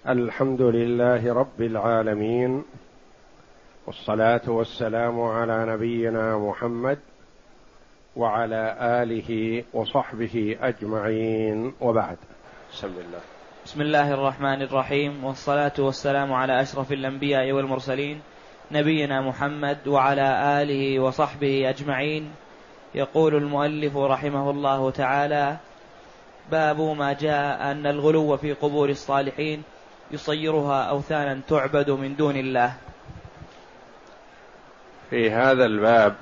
الحمد لله رب العالمين، والصلاة والسلام على نبينا محمد وعلى آله وصحبه أجمعين، وبعد. بسم الله الرحمن الرحيم، والصلاة والسلام على أشرف الأنبياء والمرسلين نبينا محمد وعلى آله وصحبه أجمعين. يقول المؤلف رحمه الله تعالى: باب ما جاء أن الغلو في قبور الصالحين يصيرها أوثانا تعبد من دون الله. في هذا الباب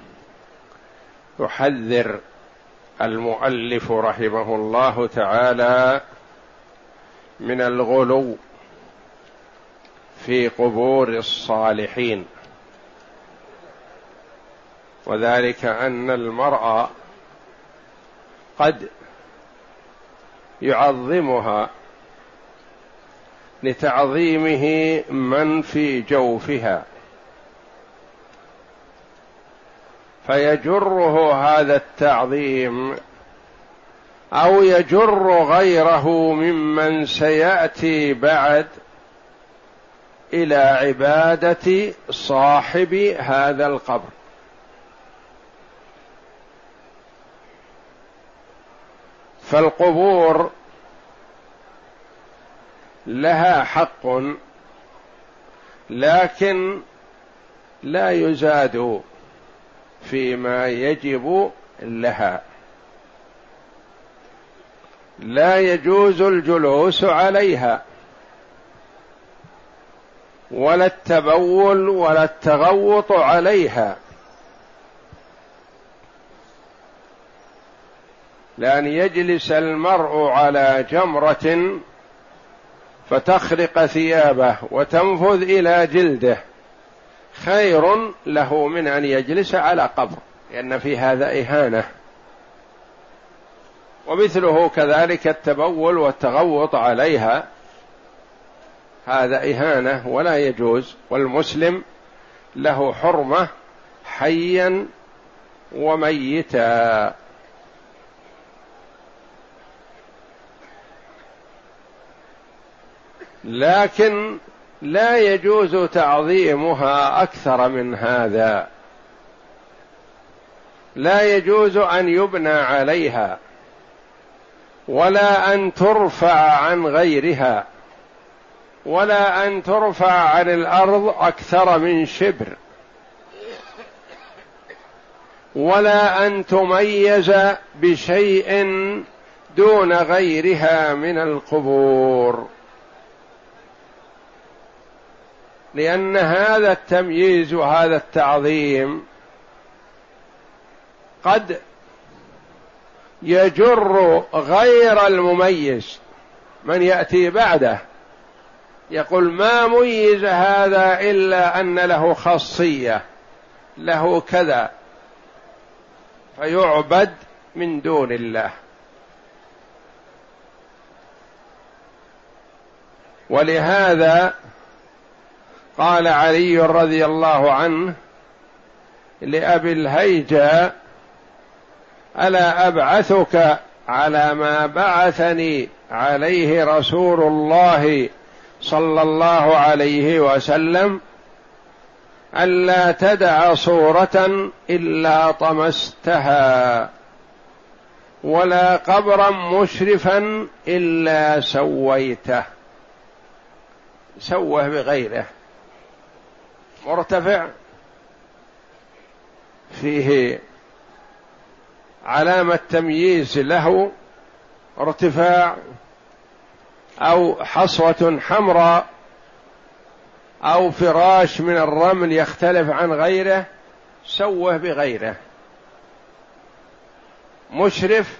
يحذر المؤلف رحمه الله تعالى من الغلو في قبور الصالحين، وذلك أن المرء قد يعظمها لتعظيمه من في جوفها، فيجره هذا التعظيم أو يجر غيره ممن سيأتي بعد إلى عبادة صاحب هذا القبر. فالقبور لها حق، لكن لا يزاد فيما يجب لها. لا يجوز الجلوس عليها ولا التبول ولا التغوط عليها، لأن يجلس المرء على جمرة فتخرق ثيابه وتنفذ إلى جلده خير له من أن يجلس على قبر، لأن في هذا إهانة. ومثله كذلك التبول والتغوط عليها، هذا إهانة ولا يجوز. والمسلم له حرمة حيا وميتا. لكن لا يجوز تعظيمها أكثر من هذا. لا يجوز أن يبنى عليها ولا أن ترفع عن غيرها ولا أن ترفع عن الأرض أكثر من شبر، ولا أن تميز بشيء دون غيرها من القبور، لأن هذا التمييز وهذا التعظيم قد يجر غير المميز من يأتي بعده، يقول ما ميز هذا إلا أن له خاصية، له كذا، فيعبد من دون الله. ولهذا قال علي رضي الله عنه لأبي الهيجا: ألا أبعثك على ما بعثني عليه رسول الله صلى الله عليه وسلم، ألا تدع صورة إلا طمستها ولا قبرا مشرفا إلا سويته. سوه بغيره، مرتفع فيه علامة تمييز له ارتفاع، أو حصوة حمراء، أو فراش من الرمل يختلف عن غيره، سوه بغيره. مشرف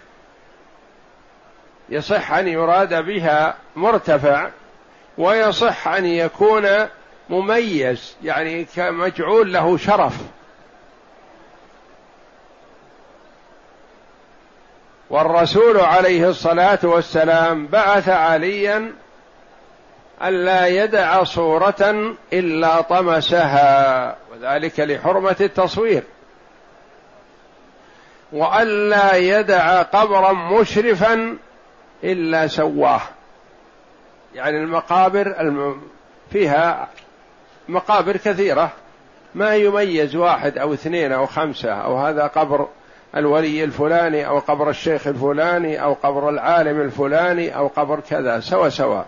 يصح أن يراد بها مرتفع، ويصح أن يكون مميز، يعني كمجعول له شرف. والرسول عليه الصلاة والسلام بعث عليا ألا يدع صورة إلا طمسها، وذلك لحرمة التصوير، وألا يدع قبرا مشرفا إلا سواه، يعني المقابر فيها مقابر كثيرة، ما يميز واحد أو اثنين أو خمسة، أو هذا قبر الولي الفلاني أو قبر الشيخ الفلاني أو قبر العالم الفلاني أو قبر كذا، سوا سوا.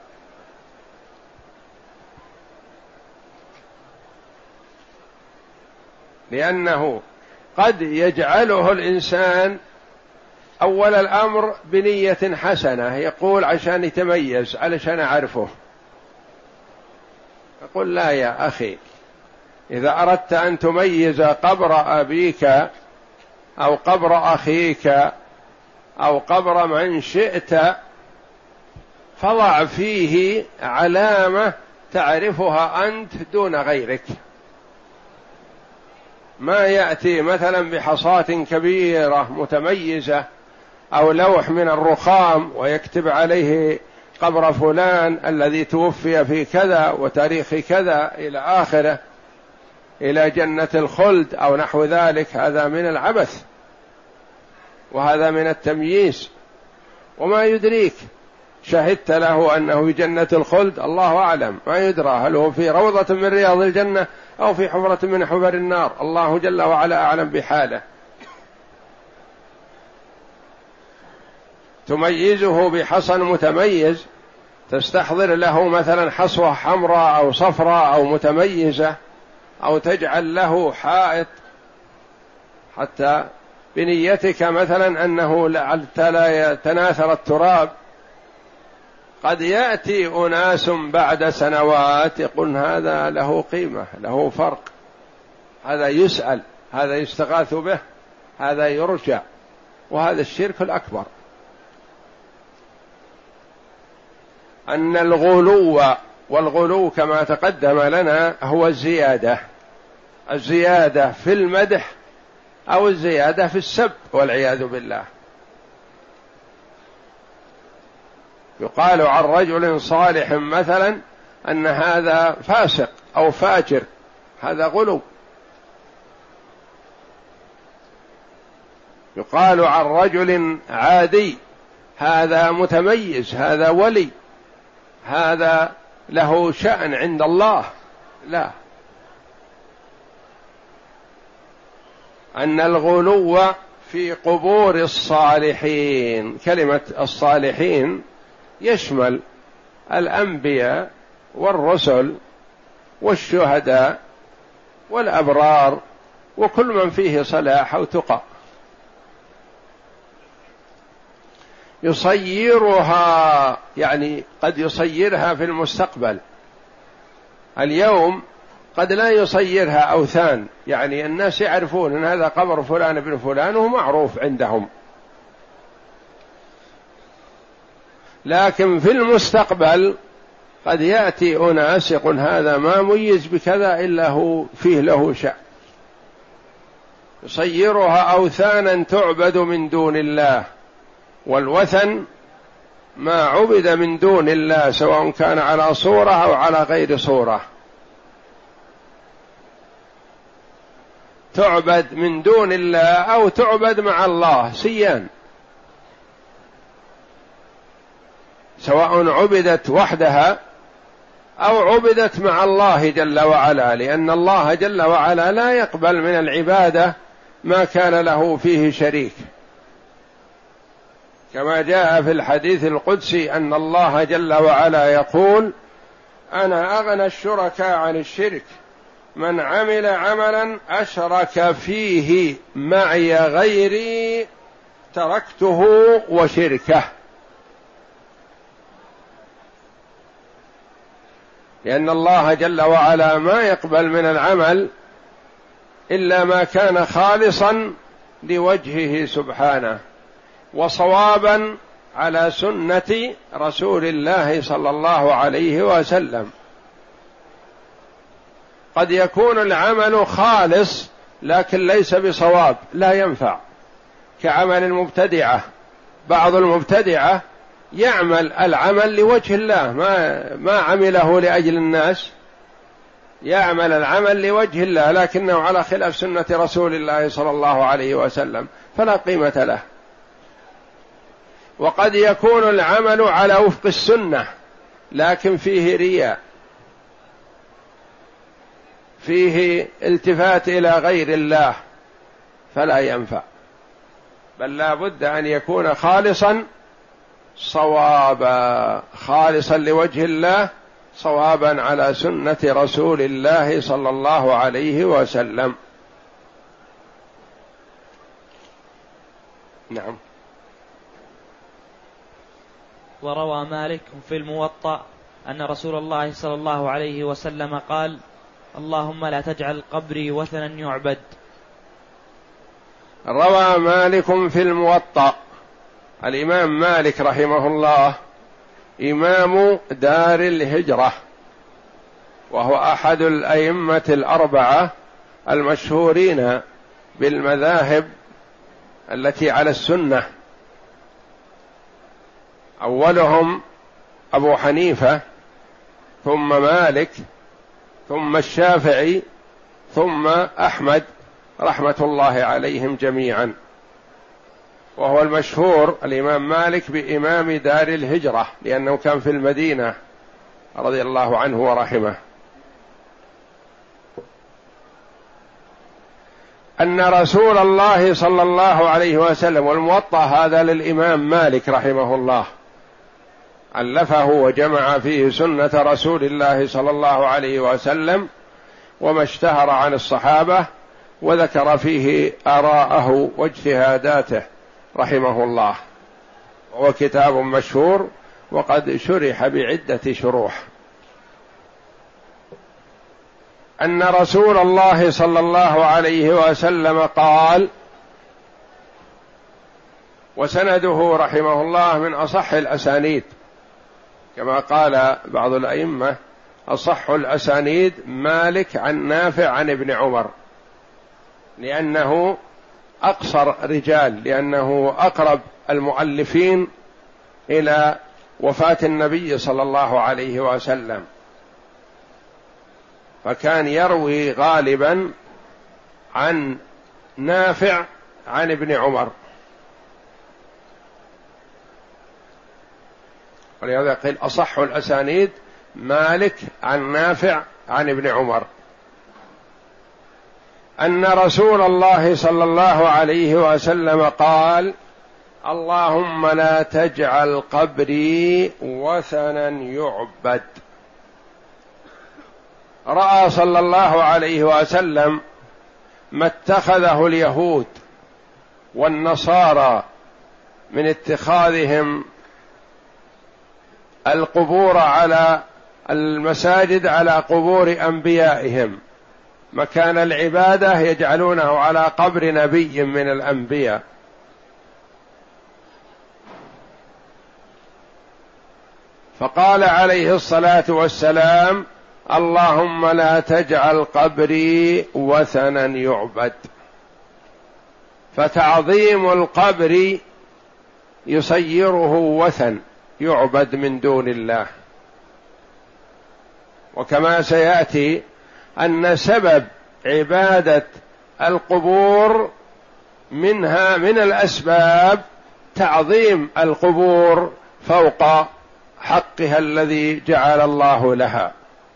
لأنه قد يجعله الإنسان أول الأمر بنية حسنة، يقول عشان يتميز، علشان أعرفه. يقول لا يا أخي، إذا أردت أن تميز قبر أبيك أو قبر أخيك أو قبر من شئت فضع فيه علامة تعرفها أنت دون غيرك. ما يأتي مثلا بحصاة كبيرة متميزة أو لوح من الرخام ويكتب عليه قبر فلان الذي توفي في كذا وتاريخ كذا إلى آخره، إلى جنة الخلد أو نحو ذلك. هذا من العبث وهذا من التمييز. وما يدريك، شهدت له أنه جنة الخلد، الله أعلم، ما يدرى هل هو في روضة من رياض الجنة أو في حفرة من حفر النار، الله جل وعلا أعلم بحاله. تميزه بحصى متميز، تستحضر له مثلا حصوة حمراء أو صفراء أو متميزة، أو تجعل له حائط حتى بنيتك مثلا أنه لا يتناثر التراب. قد يأتي أناس بعد سنوات يقول هذا له قيمة، له فرق، هذا يسأل، هذا يستغاث به، هذا يرجع. وهذا الشرك الأكبر. أن الغلو، والغلو كما تقدم لنا هو الزيادة في المدح أو الزيادة في السب والعياذ بالله. يقال عن رجل صالح مثلا أن هذا فاسق أو فاجر، هذا غلو. يقال عن رجل عادي هذا متميز، هذا ولي، هذا له شأن عند الله. لا، أن الغلو في قبور الصالحين، كلمة الصالحين يشمل الأنبياء والرسل والشهداء والأبرار وكل من فيه صلاح أو تقى. يصيرها يعني قد يصيرها في المستقبل. اليوم قد لا يصيرها أوثان، يعني الناس يعرفون أن هذا قبر فلان ابن فلان وهو معروف عندهم، لكن في المستقبل قد يأتي أناس يقول هذا ما ميز بكذا إلا هو فيه له شأن. يصيرها أوثانا تعبد من دون الله، والوثن ما عبد من دون الله سواء كان على صورة أو على غير صورة، تعبد من دون الله أو تعبد مع الله سيان، سواء عبدت وحدها أو عبدت مع الله جل وعلا، لأن الله جل وعلا لا يقبل من العبادة ما كان له فيه شريك، كما جاء في الحديث القدسي أن الله جل وعلا يقول: أنا أغنى الشركاء عن الشرك، من عمل عملا أشرك فيه معي غيري تركته وشركه. لأن الله جل وعلا ما يقبل من العمل إلا ما كان خالصا لوجهه سبحانه وصوابا على سنة رسول الله صلى الله عليه وسلم. قد يكون العمل خالص لكن ليس بصواب، لا ينفع، كعمل المبتدعة. بعض المبتدعة يعمل العمل لوجه الله، ما عمله لأجل الناس، يعمل العمل لوجه الله لكنه على خلاف سنة رسول الله صلى الله عليه وسلم، فلا قيمة له. وقد يكون العمل على وفق السنة، لكن فيه رياء، فيه التفات إلى غير الله، فلا ينفع، بل لا بد أن يكون خالصا صوابا، خالصا لوجه الله، صوابا على سنة رسول الله صلى الله عليه وسلم. نعم. وروى مالك في الموطأ أن رسول الله صلى الله عليه وسلم قال: اللهم لا تجعل قبري وثنا يعبد. روى مالك في الموطأ، الإمام مالك رحمه الله إمام دار الهجرة، وهو أحد الأئمة الأربعة المشهورين بالمذاهب التي على السنة، أولهم أبو حنيفة، ثم مالك، ثم الشافعي، ثم أحمد رحمة الله عليهم جميعا. وهو المشهور الإمام مالك بإمام دار الهجرة، لأنه كان في المدينة رضي الله عنه ورحمه. أن رسول الله صلى الله عليه وسلم، والموطأ هذا للإمام مالك رحمه الله، ألفه وجمع فيه سنة رسول الله صلى الله عليه وسلم وما اشتهر عن الصحابة، وذكر فيه آراءه واجتهاداته رحمه الله، وهو كتاب مشهور وقد شرح بعدة شروح. أن رسول الله صلى الله عليه وسلم قال، وسنده رحمه الله من أصح الأسانيد، كما قال بعض الأئمة أصح الأسانيد مالك عن نافع عن ابن عمر، لأنه أقصر رجال، لأنه أقرب المؤلفين إلى وفاة النبي صلى الله عليه وسلم، فكان يروي غالبا عن نافع عن ابن عمر، ولهذا قيل أصح الأسانيد مالك عن نافع عن ابن عمر. أن رسول الله صلى الله عليه وسلم قال: اللهم لا تجعل قبري وثنا يعبد. رأى صلى الله عليه وسلم ما اتخذه اليهود والنصارى من اتخاذهم القبور على المساجد على قبور أنبيائهم، مكان العبادة يجعلونه على قبر نبي من الأنبياء، فقال عليه الصلاة والسلام: اللهم لا تجعل قبري وثنا يعبد. فتعظيم القبر يصيره وثن يعبد من دون الله. وكما سيأتي أن سبب عبادة القبور منها من الأسباب تعظيم القبور فوق حقها الذي جعل الله لها.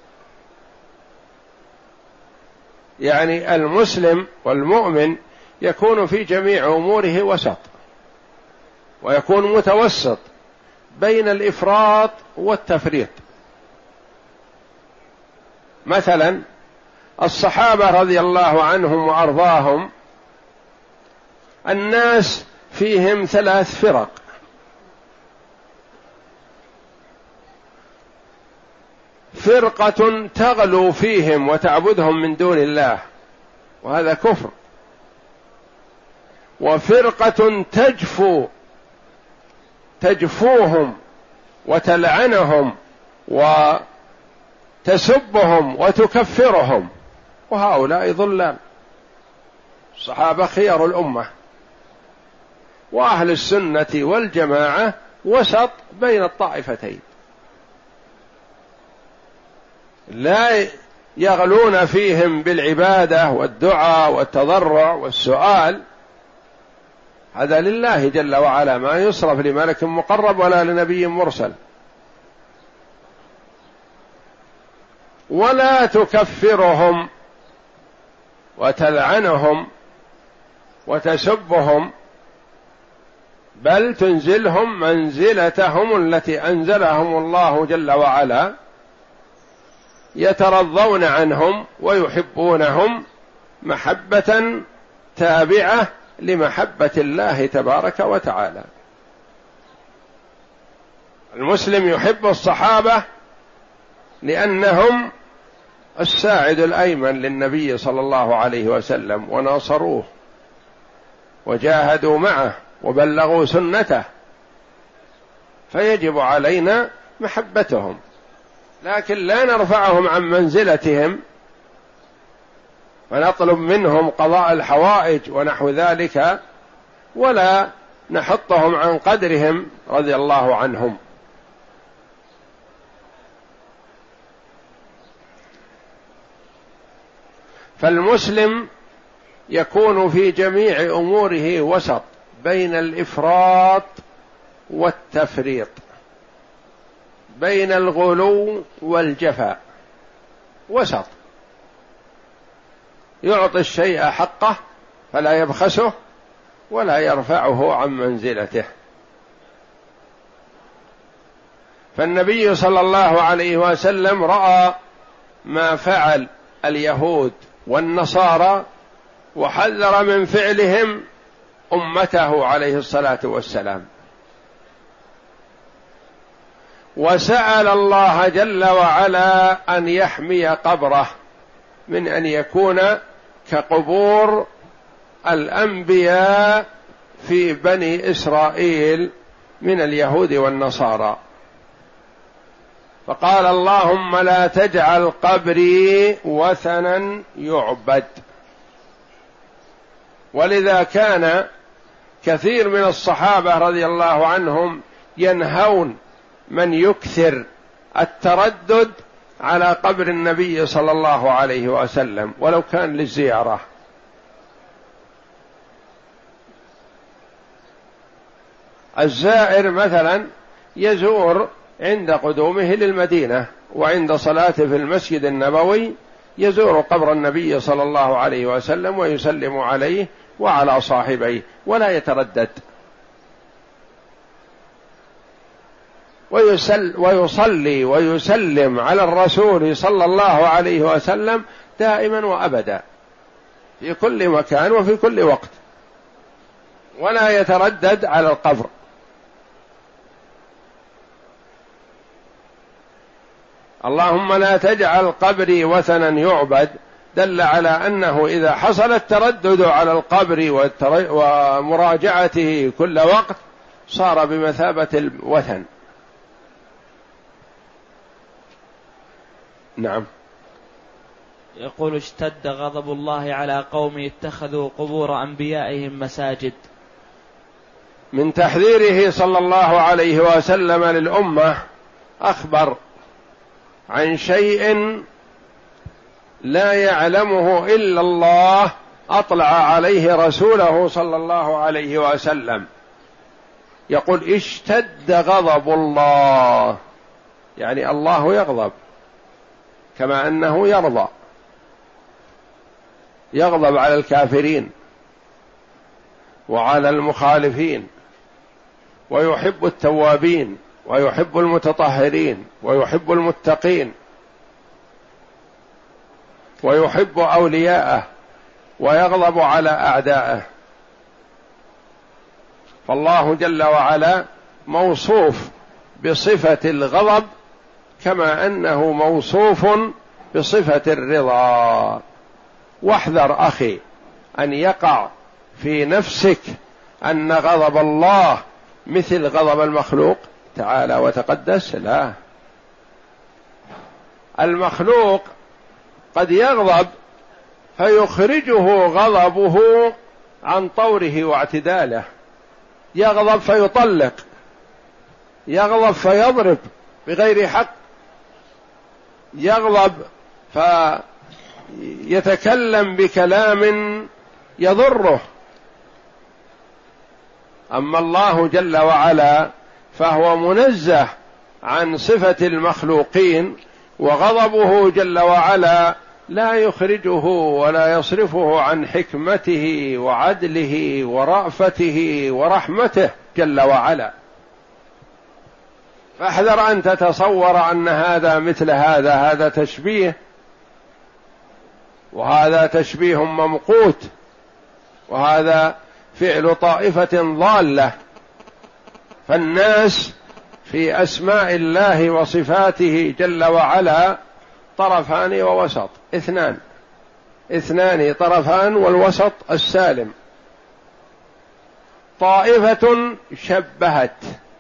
يعني المسلم والمؤمن يكون في جميع أموره وسط، ويكون متوسط بين الإفراط والتفريط. مثلا الصحابة رضي الله عنهم وأرضاهم، الناس فيهم 3 فرق: فرقة تغلو فيهم وتعبدهم من دون الله، وهذا كفر، وفرقة تجفوهم وتلعنهم وتسبهم وتكفرهم، وهؤلاء ضلال. الصحابة خيار الأمة، وأهل السنة والجماعة وسط بين الطائفتين، لا يغلون فيهم بالعبادة والدعاء والتضرع والسؤال، هذا لله جل وعلا، ما يصرف لملك مقرب ولا لنبي مرسل. ولا تكفرهم وتلعنهم وتسبهم، بل تنزلهم منزلتهم التي أنزلهم الله جل وعلا، يترضون عنهم ويحبونهم محبة تابعة لمحبة الله تبارك وتعالى. المسلم يحب الصحابة لأنهم الساعد الأيمن للنبي صلى الله عليه وسلم، وناصروه وجاهدوا معه وبلغوا سنته، فيجب علينا محبتهم، لكن لا نرفعهم عن منزلتهم ونطلب منهم قضاء الحوائج ونحو ذلك، ولا نحطهم عن قدرهم رضي الله عنهم. فالمسلم يكون في جميع أموره وسط بين الإفراط والتفريط، بين الغلو والجفاء، وسط، يعطي الشيء حقه فلا يبخسه ولا يرفعه عن منزلته. فالنبي صلى الله عليه وسلم رأى ما فعل اليهود والنصارى وحذر من فعلهم أمته عليه الصلاة والسلام، وسأل الله جل وعلا أن يحمي قبره من أن يكون كقبور الأنبياء في بني إسرائيل من اليهود والنصارى، فقال اللهم لا تجعل قبري وثنا يعبد. ولذا كان كثير من الصحابة رضي الله عنهم ينهون من يكثر التردد على قبر النبي صلى الله عليه وسلم ولو كان للزيارة. الزائر مثلا يزور عند قدومه للمدينة وعند صلاته في المسجد النبوي يزور قبر النبي صلى الله عليه وسلم ويسلم عليه وعلى صاحبيه ولا يتردد، ويصلي ويسلم على الرسول صلى الله عليه وسلم دائما وأبدا في كل مكان وفي كل وقت، ولا يتردد على القبر. اللهم لا تجعل قبري وثنا يعبد دل على أنه إذا حصل التردد على القبر ومراجعته كل وقت صار بمثابة الوثن. نعم. يقول اشتد غضب الله على قوم اتخذوا قبور أنبيائهم مساجد. من تحذيره صلى الله عليه وسلم للأمة أخبر عن شيء لا يعلمه إلا الله أطلع عليه رسوله صلى الله عليه وسلم، يقول اشتد غضب الله، يعني الله يغضب كما أنه يغضب على الكافرين وعلى المخالفين، ويحب التوابين ويحب المتطهرين ويحب المتقين ويحب أولياءه ويغضب على أعدائه. فالله جل وعلا موصوف بصفة الغضب كما أنه موصوف بصفة الرضا. واحذر أخي أن يقع في نفسك أن غضب الله مثل غضب المخلوق تعالى وتقدس، لا، المخلوق قد يغضب فيخرجه غضبه عن طوره واعتداله، يغضب فيطلق، يغضب فيضرب بغير حق، يغضب فيتكلم بكلام يضره. أما الله جل وعلا فهو منزه عن صفة المخلوقين وغضبه جل وعلا لا يخرجه ولا يصرفه عن حكمته وعدله ورأفته ورحمته جل وعلا. فاحذر أن تتصور أن هذا مثل هذا تشبيه، وهذا تشبيه ممقوت، وهذا فعل طائفة ضالة. فالناس في أسماء الله وصفاته جل وعلا طرفان ووسط، اثنان طرفان والوسط السالم. طائفة شبهت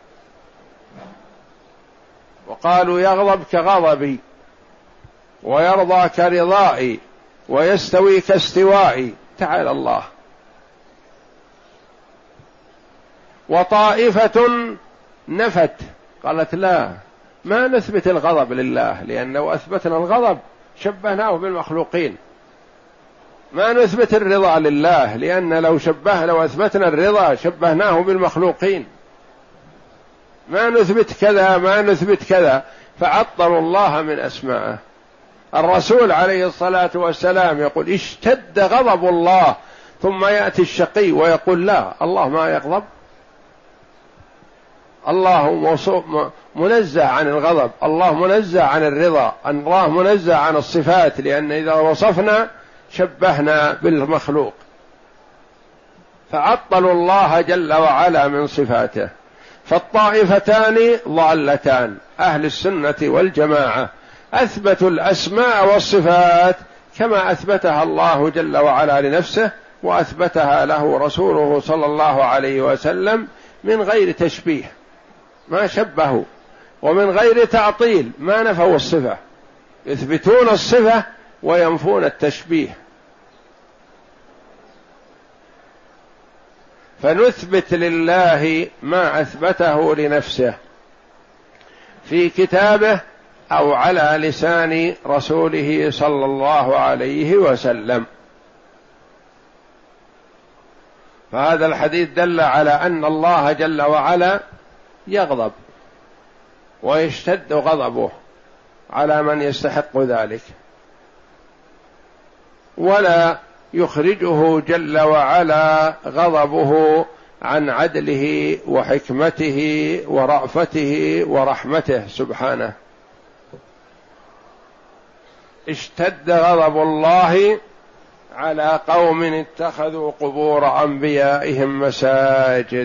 وقالوا يغضب كغضبي، ويرضى كرضائي، ويستوي كاستوائي، تعالى الله. وطائفة نفت، قالت لا، ما نثبت الغضب لله، لأنه أثبتنا الغضب شبهناه بالمخلوقين. ما نثبت الرضا لله، لأن لو أثبتنا الرضا شبهناه بالمخلوقين. ما نثبت كذا، ما نثبت كذا، فعطلوا الله من أسمائه. الرسول عليه الصلاة والسلام يقول اشتد غضب الله، ثم يأتي الشقي ويقول لا، الله ما يغضب، الله منزه عن الغضب، الله منزه عن الرضا، الله منزه عن الصفات، لأن إذا وصفنا شبهنا بالمخلوق، فعطلوا الله جل وعلا من صفاته. فالطائفتان ضالتان، أهل السنة والجماعة أثبتوا الأسماء والصفات كما أثبتها الله جل وعلا لنفسه، وأثبتها له رسوله صلى الله عليه وسلم من غير تشبيه، ما شبهوا، ومن غير تعطيل، ما نفوا الصفة، يثبتون الصفة وينفون التشبيه. فنثبت لله ما أثبته لنفسه في كتابه أو على لسان رسوله صلى الله عليه وسلم. فهذا الحديث دل على أن الله جل وعلا يغضب ويشتد غضبه على من يستحق ذلك، ولا يخرجه جل وعلا غضبه عن عدله وحكمته ورأفته ورحمته سبحانه. اشتد غضب الله على قوم اتخذوا قبور أنبيائهم مساجد.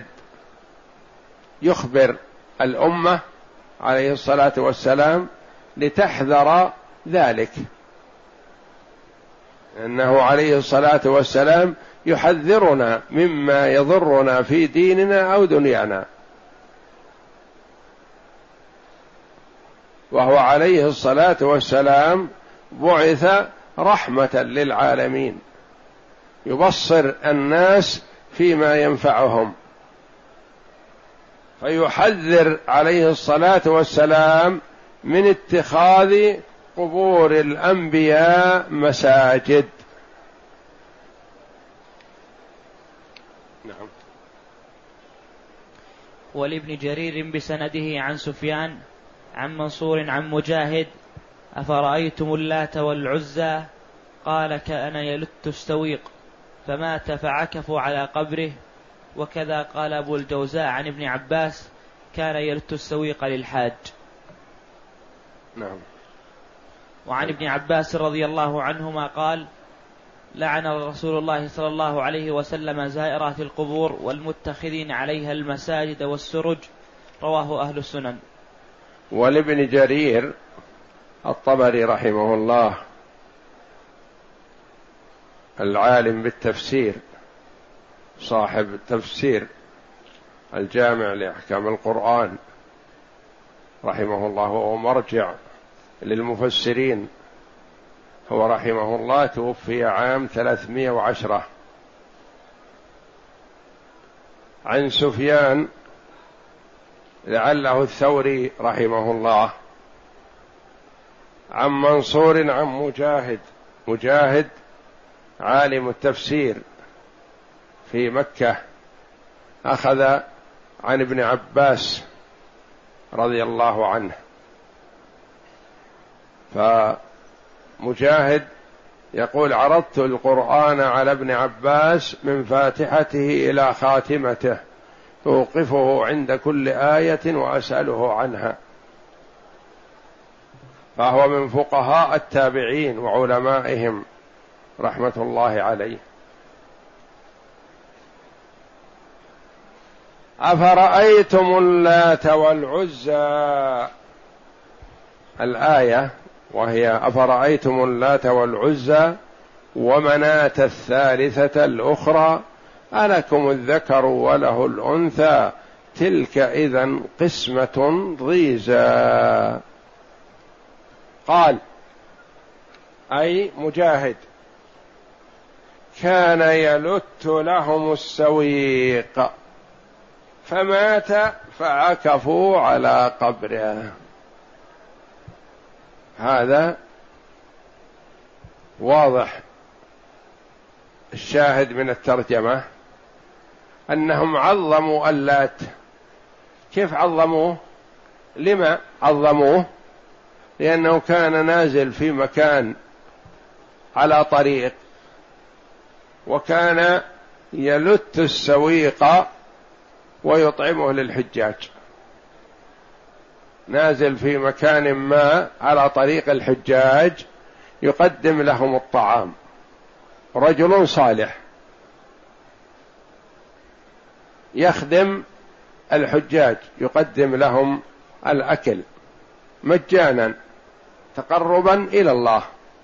يخبر الأمة عليه الصلاة والسلام لتحذر ذلك، إنه عليه الصلاة والسلام يحذرنا مما يضرنا في ديننا أو دنيانا، وهو عليه الصلاة والسلام بعث رحمة للعالمين، يبصر الناس فيما ينفعهم، فيحذر عليه الصلاة والسلام من اتخاذ قبور الأنبياء مساجد. نعم. ولابن جرير بسنده عن سفيان عن منصور عن مجاهد: أفرأيتم اللات والعزى؟ قال: كان يلت السويق فمات فعكفوا على قبره. وكذا قال أبو الجوزاء عن ابن عباس: كان يلت السويق للحاج. نعم. وعن ابن عباس رضي الله عنهما قال: لعن رسول الله صلى الله عليه وسلم زائرات القبور والمتخذين عليها المساجد والسرج. رواه أهل السنن. ولابن جرير الطبري رحمه الله العالم بالتفسير، صاحب التفسير الجامع لأحكام القرآن رحمه الله، وهو مرجع للمفسرين، هو رحمه الله توفي عام 310. عن سفيان لعله الثوري رحمه الله، عن منصور عن مجاهد عالم التفسير في مكة، أخذ عن ابن عباس رضي الله عنه. فمجاهد يقول عرضت القرآن على ابن عباس من فاتحته إلى خاتمته، أوقفه عند كل آية وأسأله عنها، فهو من فقهاء التابعين وعلمائهم رحمة الله عليه. أفرأيتم اللات والعزى، الآية وهي أفرأيتم اللات والعزى ومناة الثالثة الأخرى ألكم الذكر وله الأنثى تلك إذن قسمة ضيزى. قال أي مجاهد كان يلت لهم السويق فمات فعكفوا على قبره. هذا واضح الشاهد من الترجمة أنهم عظموا اللات. كيف عظموه؟ لما عظموه؟ لأنه كان نازل في مكان على طريق، وكان يلت السويق ويطعمه للحجاج، نازل في مكان ما على طريق الحجاج يقدم لهم الطعام، رجل صالح يخدم الحجاج يقدم لهم الأكل مجانا تقربا إلى الله.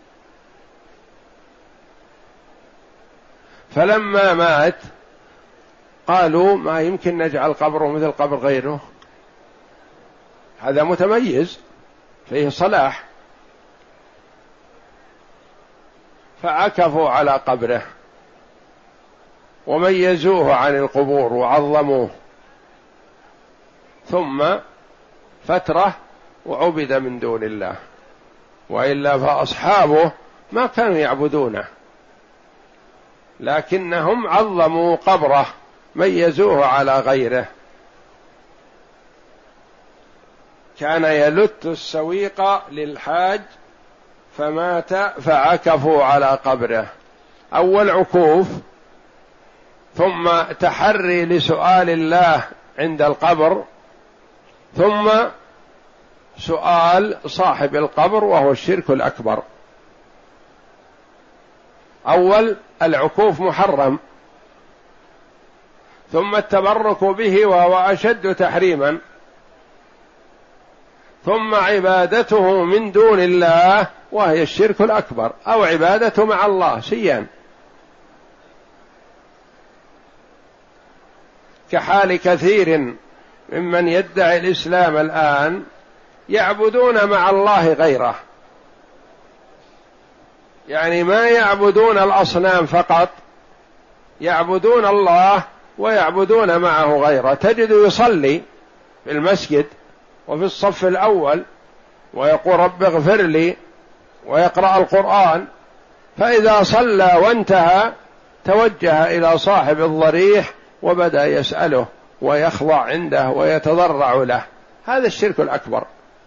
فلما مات قالوا ما يمكن نجعل قبره مثل قبر غيره، هذا متميز فيه صلاح، فعكفوا على قبره وميزوه عن القبور وعظموه، ثم فترة وعبد من دون الله، وإلا فأصحابه ما كانوا يعبدونه، لكنهم عظموا قبره ميزوه على غيره. كان يلت السويق للحاج فمات فعكفوا على قبره. أول عكوف، ثم تحري لسؤال الله عند القبر، ثم سؤال صاحب القبر وهو الشرك الأكبر. أول العكوف محرم، ثم التبرك به وهو أشد تحريما، ثم عبادته من دون الله وهي الشرك الأكبر، أو عبادته مع الله سيان، كحال كثير ممن يدعي الإسلام الآن يعبدون مع الله غيره، يعني ما يعبدون الأصنام فقط، يعبدون الله ويعبدون معه غيره. تجد يصلي في المسجد وفي الصف الأول ويقول رب اغفر لي ويقرأ القرآن، فإذا صلى وانتهى توجه إلى صاحب الضريح وبدأ يسأله ويخضع عنده ويتضرع له. هذا الشرك الأكبر.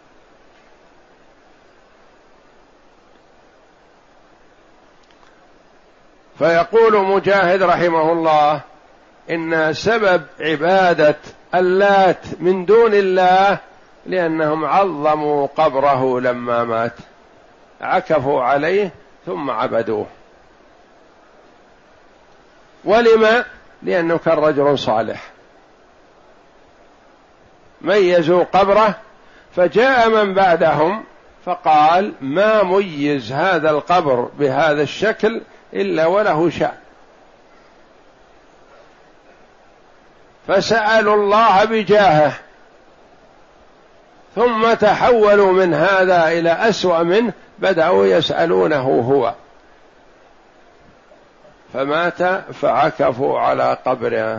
فيقول مجاهد رحمه الله إن سبب عبادة اللات من دون الله لأنهم عظموا قبره لما مات، عكفوا عليه ثم عبدوه. ولما؟ لأنه كان رجل صالح، ميزوا قبره، فجاء من بعدهم فقال ما ميز هذا القبر بهذا الشكل إلا وله شأن، فسألوا الله بجاهه، ثم تحولوا من هذا إلى أسوأ منه، بدأوا يسألونه هو، فمات فعكفوا على قبره.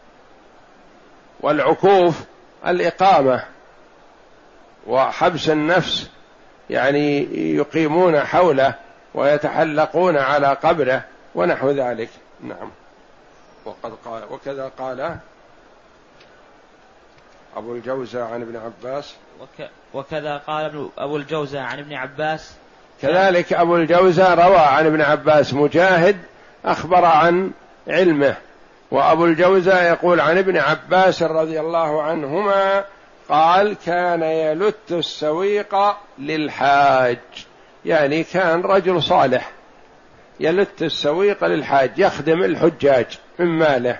والعكوف الإقامة وحبس النفس، يعني يقيمون حوله ويتحلقون على قبره ونحو ذلك. نعم. وقد قال وكذا قال أبو الجوزة عن ابن عباس. وكذا قال أبو الجوزة عن ابن عباس. كذلك أبو الجوزة روى عن ابن عباس، مجاهد أخبر عن علمه، وأبو الجوزة يقول عن ابن عباس رضي الله عنهما قال: كان يلت السويق للحاج، يعني كان رجل صالح يلت السويق للحاج، يخدم الحجاج من ماله.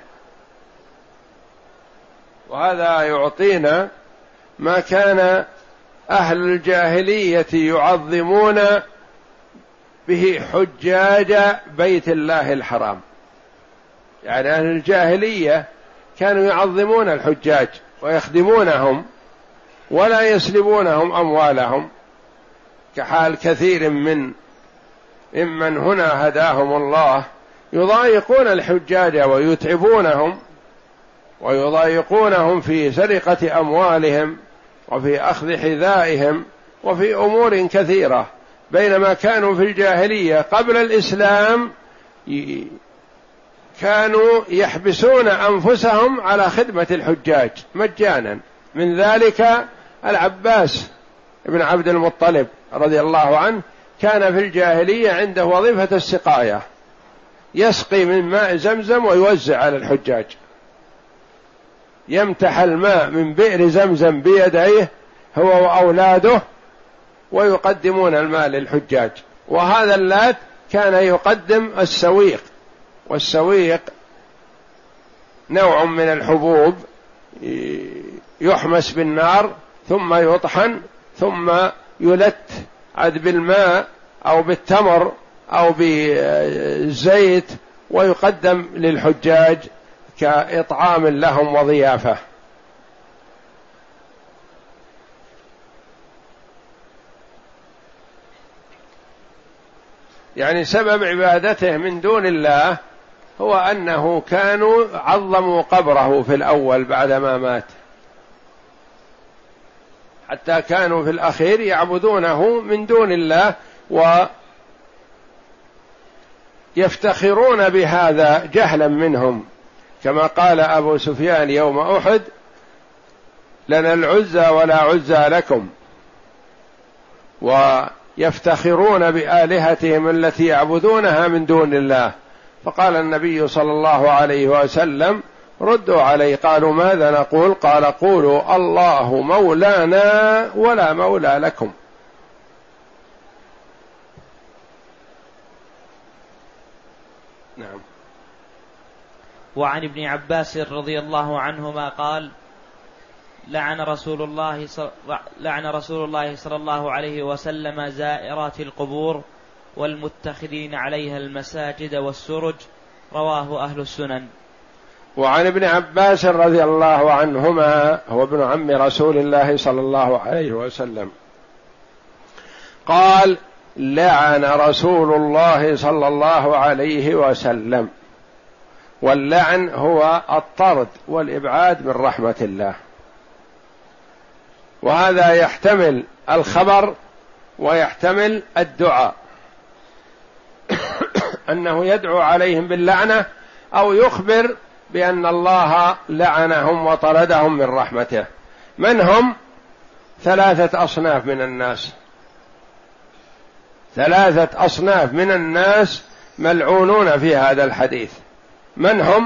وهذا يعطينا ما كان أهل الجاهلية يعظمون به حجاج بيت الله الحرام. يعني أهل الجاهلية كانوا يعظمون الحجاج ويخدمونهم ولا يسلبونهم أموالهم، كحال كثير ممن هنا هداهم الله، يضايقون الحجاج ويتعبونهم ويضايقونهم في سرقة أموالهم وفي أخذ حذائهم وفي أمور كثيرة، بينما كانوا في الجاهلية قبل الإسلام كانوا يحبسون أنفسهم على خدمة الحجاج مجانا. من ذلك العباس بن عبد المطلب رضي الله عنه، كان في الجاهلية عنده وظيفة السقاية، يسقي من ماء زمزم ويوزع على الحجاج، يمتح الماء من بئر زمزم بيديه هو وأولاده ويقدمون الماء للحجاج. وهذا اللات كان يقدم السويق، والسويق نوع من الحبوب يحمس بالنار ثم يطحن ثم يلت عاد بالماء أو بالتمر أو بالزيت ويقدم للحجاج كإطعام لهم وضيافة. يعني سبب عبادته من دون الله هو أنه كانوا عظموا قبره في الأول بعدما مات، حتى كانوا في الأخير يعبدونه من دون الله ويفتخرون بهذا جهلا منهم، كما قال أبو سفيان يوم أحد: لنا العزى ولا عزى لكم، ويفتخرون بآلهتهم التي يعبدونها من دون الله. فقال النبي صلى الله عليه وسلم: ردوا عليه. قالوا: ماذا نقول؟ قال: قولوا الله مولانا ولا مولى لكم. نعم. وعن ابن عباس رضي الله عنهما قال: لعن رسول الله صلى الله عليه وسلم زائرات القبور والمتخذين عليها المساجد والسرج. رواه أهل السنن. وعن ابن عباس رضي الله عنهما، هو ابن عم رسول الله صلى الله عليه وسلم، قال: لعن رسول الله صلى الله عليه وسلم. واللعن هو الطرد والإبعاد من رحمة الله، وهذا يحتمل الخبر ويحتمل الدعاء، أنه يدعو عليهم باللعنة أو يخبر بأن الله لعنهم وطردهم من رحمته. من هم؟ 3 أصناف من الناس، 3 أصناف من الناس ملعونون في هذا الحديث. من هم؟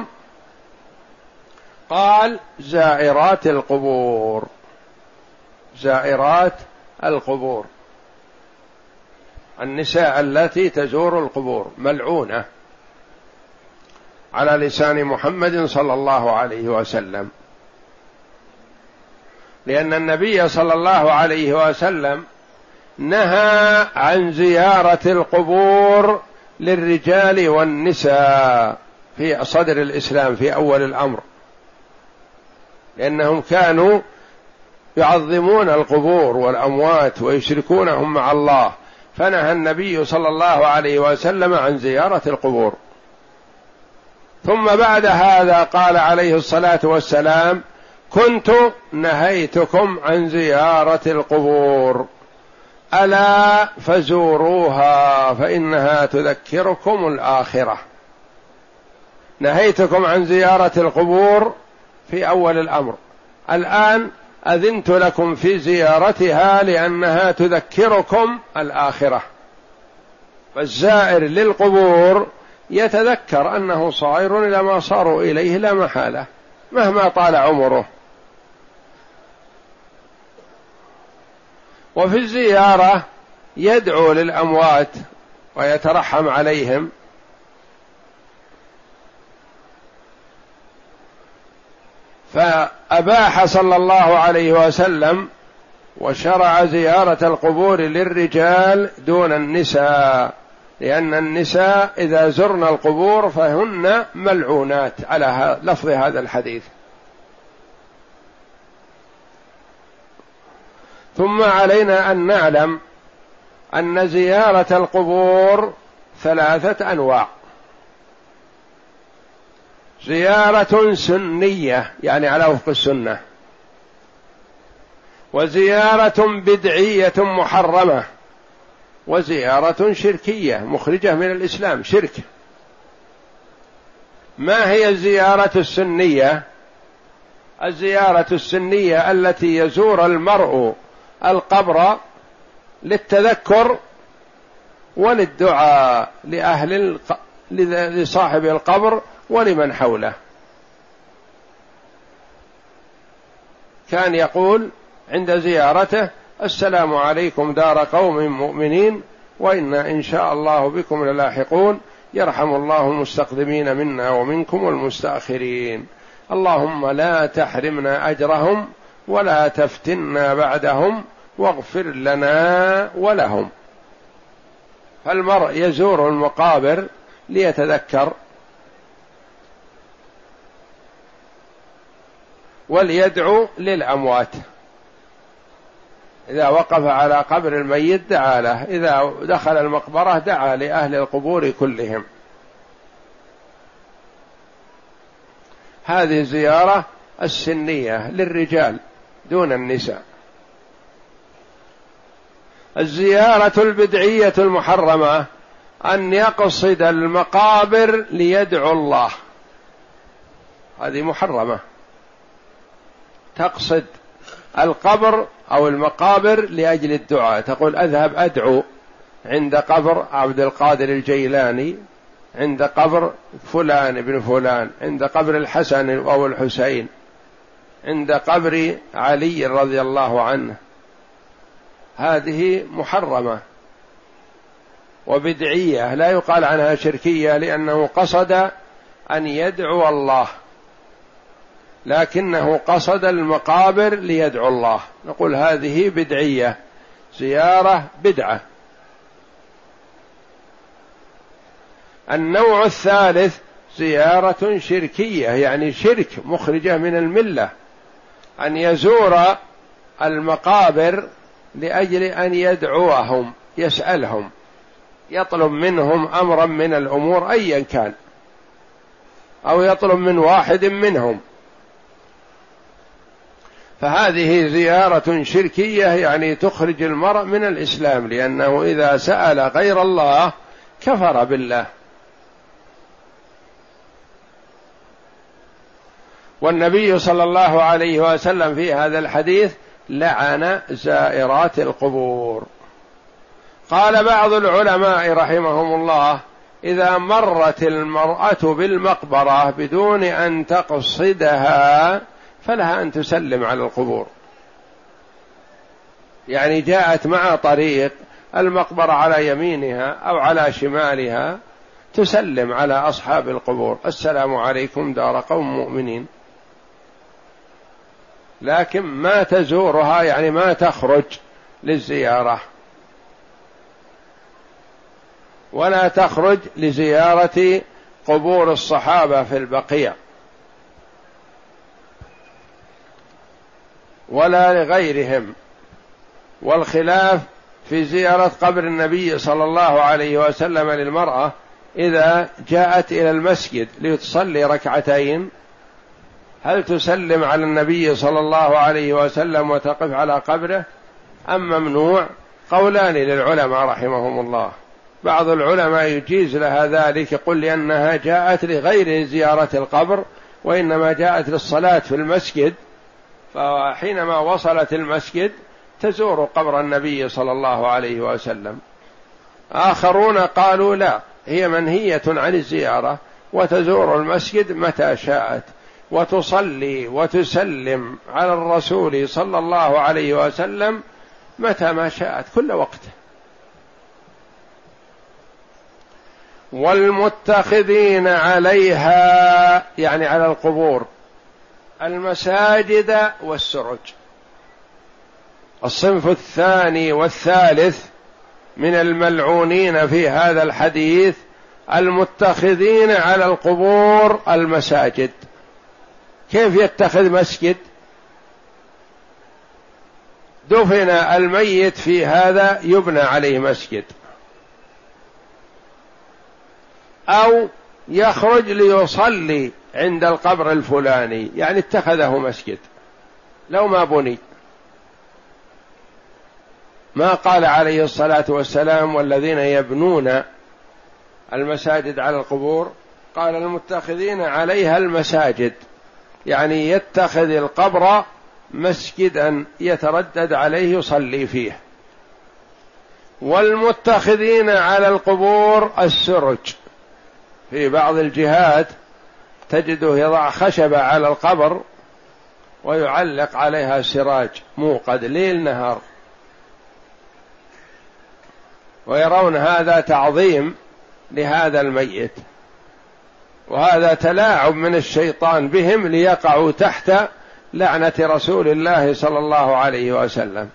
قال: زائرات القبور، زائرات القبور، النساء التي تزور القبور ملعونة على لسان محمد صلى الله عليه وسلم، لأن النبي صلى الله عليه وسلم نهى عن زيارة القبور للرجال والنساء في صدر الإسلام في أول الأمر، لأنهم كانوا يعظمون القبور والأموات ويشركونهم مع الله، فنهى النبي صلى الله عليه وسلم عن زيارة القبور. ثم بعد هذا قال عليه الصلاة والسلام: كنت نهيتكم عن زيارة القبور، ألا فزوروها فإنها تذكركم الآخرة. نهيتكم عن زيارة القبور في أول الأمر، الآن أذنت لكم في زيارتها لأنها تذكركم الآخرة، فالزائر للقبور يتذكر أنه صائر إلى ما صاروا إليه لا محالة مهما طال عمره. وفي الزيارة يدعو للأموات ويترحم عليهم، فأباح صلى الله عليه وسلم وشرع زيارة القبور للرجال دون النساء، لأن النساء إذا زرن القبور فهن ملعونات على لفظ هذا الحديث. ثم علينا أن نعلم أن زيارة القبور 3 أنواع: زيارة سنية يعني على وفق السنة، وزيارة بدعية محرمة، وزيارة شركية مخرجة من الإسلام شرك. ما هي الزيارة السنية؟ الزيارة السنية التي يزور المرء القبر للتذكر وللدعاء لصاحب القبر ولمن حوله. كان يقول عند زيارته: السلام عليكم دار قوم مؤمنين وإنا إن شاء الله بكم للاحقون، يرحم الله المستقدمين منا ومنكم والمستأخرين، اللهم لا تحرمنا أجرهم ولا تفتنا بعدهم واغفر لنا ولهم. فالمرء يزور المقابر ليتذكر وليدعو للأموات، إذا وقف على قبر الميت دعا له، إذا دخل المقبرة دعا لأهل القبور كلهم. هذه الزيارة السنية للرجال دون النساء. الزيارة البدعية المحرمة أن يقصد المقابر ليدعو الله، هذه محرمة. تقصد القبر أو المقابر لأجل الدعاء، تقول أذهب أدعو عند قبر عبد القادر الجيلاني، عند قبر فلان ابن فلان، عند قبر الحسن أو الحسين، عند قبر علي رضي الله عنه. هذه محرمة وبدعية، لا يقال عنها شركية لأنه قصد أن يدعو الله، لكنه قصد المقابر ليدعو الله، نقول هذه بدعية، زيارة بدعة. النوع الثالث زيارة شركية، يعني شرك مخرجة من الملة، أن يزور المقابر لأجل أن يدعوهم، يسألهم، يطلب منهم أمرا من الأمور أيا كان، أو يطلب من واحد منهم، فهذه زيارة شركية، يعني تخرج المرء من الإسلام، لأنه إذا سأل غير الله كفر بالله. والنبي صلى الله عليه وسلم في هذا الحديث لعن زائرات القبور. قال بعض العلماء رحمهم الله: إذا مرت المرأة بالمقبرة بدون أن تقصدها فلها أن تسلم على القبور، يعني جاءت مع طريق المقبرة على يمينها أو على شمالها، تسلم على أصحاب القبور: السلام عليكم دار قوم مؤمنين، لكن ما تزورها، يعني ما تخرج للزيارة، ولا تخرج لزيارة قبور الصحابة في البقيع ولا لغيرهم. والخلاف في زيارة قبر النبي صلى الله عليه وسلم للمرأة إذا جاءت إلى المسجد لتصلي ركعتين، هل تسلم على النبي صلى الله عليه وسلم وتقف على قبره أم ممنوع؟ قولان للعلماء رحمهم الله. بعض العلماء يجيز لها ذلك، يقول لأنها جاءت لغير زيارة القبر وإنما جاءت للصلاة في المسجد، فحينما وصلت المسجد تزور قبر النبي صلى الله عليه وسلم. آخرون قالوا لا، هي منهية عن الزيارة، وتزور المسجد متى شاءت وتصلي وتسلم على الرسول صلى الله عليه وسلم متى ما شاءت كل وقت. والمتخذين عليها يعني على القبور المساجد والسرج. الصنف الثاني والثالث من الملعونين في هذا الحديث المتخذين على القبور المساجد. كيف يتخذ مسجد؟ دفن الميت في هذا يبنى عليه مسجد، أو يخرج ليصلي عند القبر الفلاني، يعني اتخذه مسجد لو ما بني. ما قال عليه الصلاة والسلام والذين يبنون المساجد على القبور، قال المتخذين عليها المساجد، يعني يتخذ القبر مسجدا يتردد عليه يصلي فيه. والمتخذين على القبور السرج، في بعض الجهات تجده يضع خشبة على القبر ويعلق عليها سراج موقد ليل نهار، ويرون هذا تعظيم لهذا الميت، وهذا تلاعب من الشيطان بهم ليقعوا تحت لعنة رسول الله صلى الله عليه وسلم.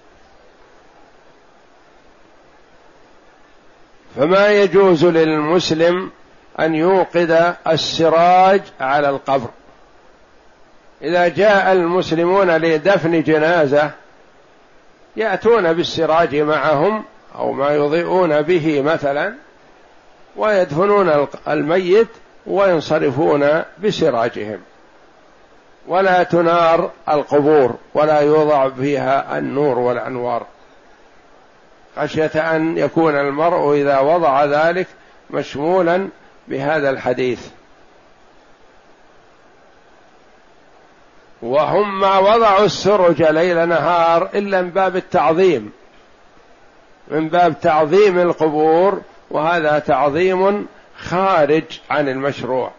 فما يجوز للمسلم أن يوقد السراج على القبر. إذا جاء المسلمون لدفن جنازة يأتون بالسراج معهم أو ما يضيئون به مثلا، ويدفنون الميت وينصرفون بسراجهم، ولا تنار القبور ولا يوضع فيها النور والأنوار، خشية أن يكون المرء إذا وضع ذلك مشمولا بهذا الحديث. وهم ما وضعوا السرج ليل نهار إلا من باب التعظيم، من باب تعظيم القبور، وهذا تعظيم خارج عن المشروع.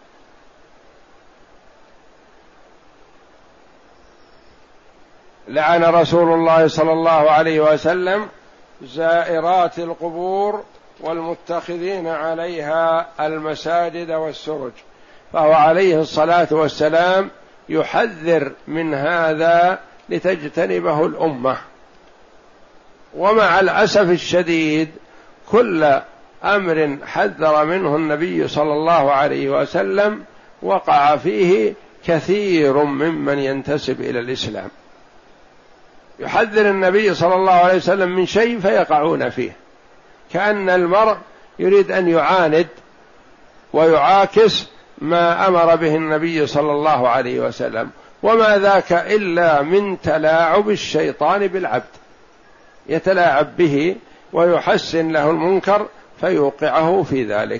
لعن رسول الله صلى الله عليه وسلم زائرات القبور والمتخذين عليها المساجد والسرج، فهو عليه الصلاة والسلام يحذر من هذا لتجتنبه الأمة. ومع الأسف الشديد كل أمر حذر منه النبي صلى الله عليه وسلم وقع فيه كثير ممن ينتسب إلى الإسلام. يحذر النبي صلى الله عليه وسلم من شيء فيقعون فيه، كأن المرء يريد أن يعاند ويعاكس ما أمر به النبي صلى الله عليه وسلم، وما ذاك إلا من تلاعب الشيطان بالعبد، يتلاعب به ويحسن له المنكر فيوقعه في ذلك.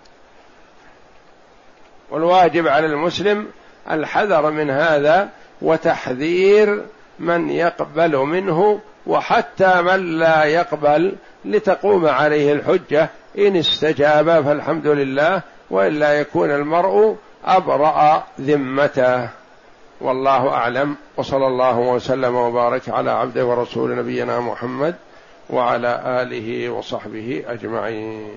والواجب على المسلم الحذر من هذا وتحذير من يقبل منه، وحتى من لا يقبل لتقوم عليه الحجة، إن استجاب فالحمد لله، وإلا يكون المرء أبرأ ذمته. والله أعلم، وصلى الله وسلم وبارك على عبده ورسول نبينا محمد وعلى آله وصحبه أجمعين.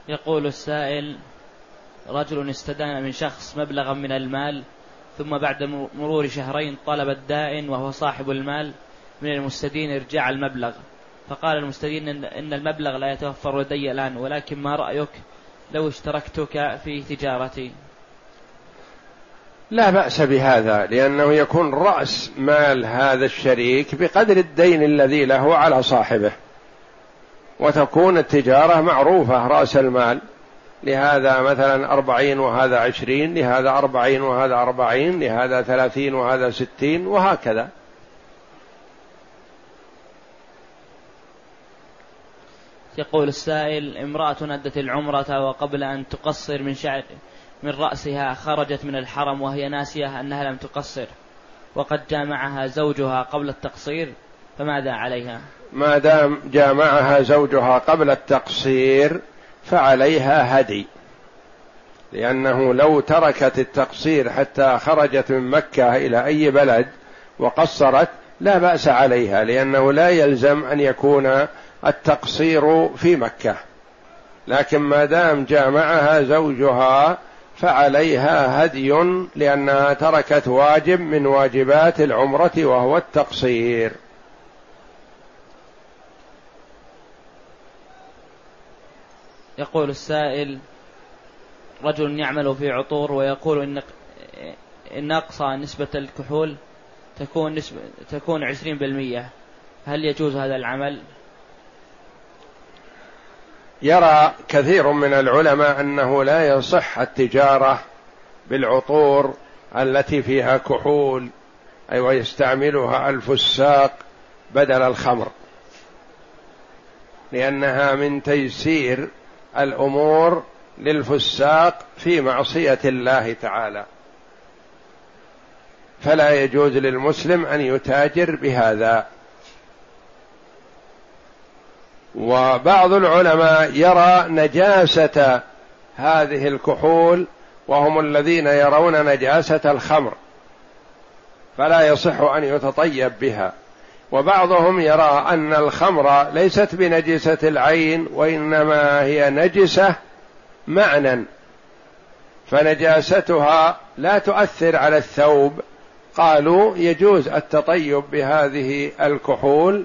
يقول السائل: رجل استدان من شخص مبلغا من المال، ثم بعد مرور شهرين طلب الدائن وهو صاحب المال من المستدين إرجاع المبلغ، فقال المستدين إن المبلغ لا يتوفر لدي الآن، ولكن ما رأيك لو اشتركتك في تجارتي؟ لا بأس بهذا، لأنه يكون رأس مال هذا الشريك بقدر الدين الذي له على صاحبه، وتكون التجارة معروفة رأس المال، لهذا مثلا 40 وهذا 20، لهذا 40 وهذا 40، لهذا 30 وهذا 60، وهكذا. يقول السائل: امرأة أدت العمرة وقبل أن تقصر من رأسها خرجت من الحرم وهي ناسية أنها لم تقصر، وقد جامعها زوجها قبل التقصير، فماذا عليها؟ ما دام جامعها زوجها قبل التقصير فعليها هدي، لأنه لو تركت التقصير حتى خرجت من مكة إلى أي بلد وقصرت لا بأس عليها، لأنه لا يلزم أن يكون التقصير في مكة، لكن ما دام جامعها زوجها فعليها هدي، لأنها تركت واجب من واجبات العمرة وهو التقصير. يقول السائل: رجل يعمل في عطور ويقول إن أقصى نسبة الكحول تكون 20%، هل يجوز هذا العمل؟ يرى كثير من العلماء أنه لا يصح التجارة بالعطور التي فيها كحول، أي ويستعملها الفساق بدل الخمر، لأنها من تيسير الأمور للفساق في معصية الله تعالى، فلا يجوز للمسلم أن يتاجر بهذا. وبعض العلماء يرى نجاسة هذه الكحول، وهم الذين يرون نجاسة الخمر، فلا يصح أن يتطيب بها. وبعضهم يرى أن الخمر ليست بنجسة العين، وإنما هي نجسة معنى، فنجاستها لا تؤثر على الثوب، قالوا يجوز التطيب بهذه الكحول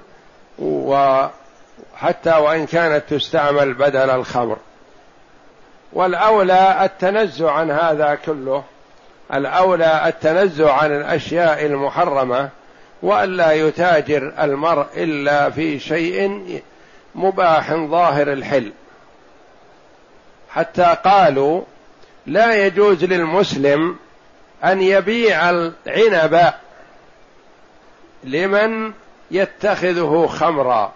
وحتى وإن كانت تستعمل بدل الخمر. والأولى التنزه عن هذا كله، الأولى التنزه عن الأشياء المحرمة، وألا يتاجر المرء إلا في شيء مباح ظاهر الحل. حتى قالوا لا يجوز للمسلم أن يبيع العنب لمن يتخذه خمرا،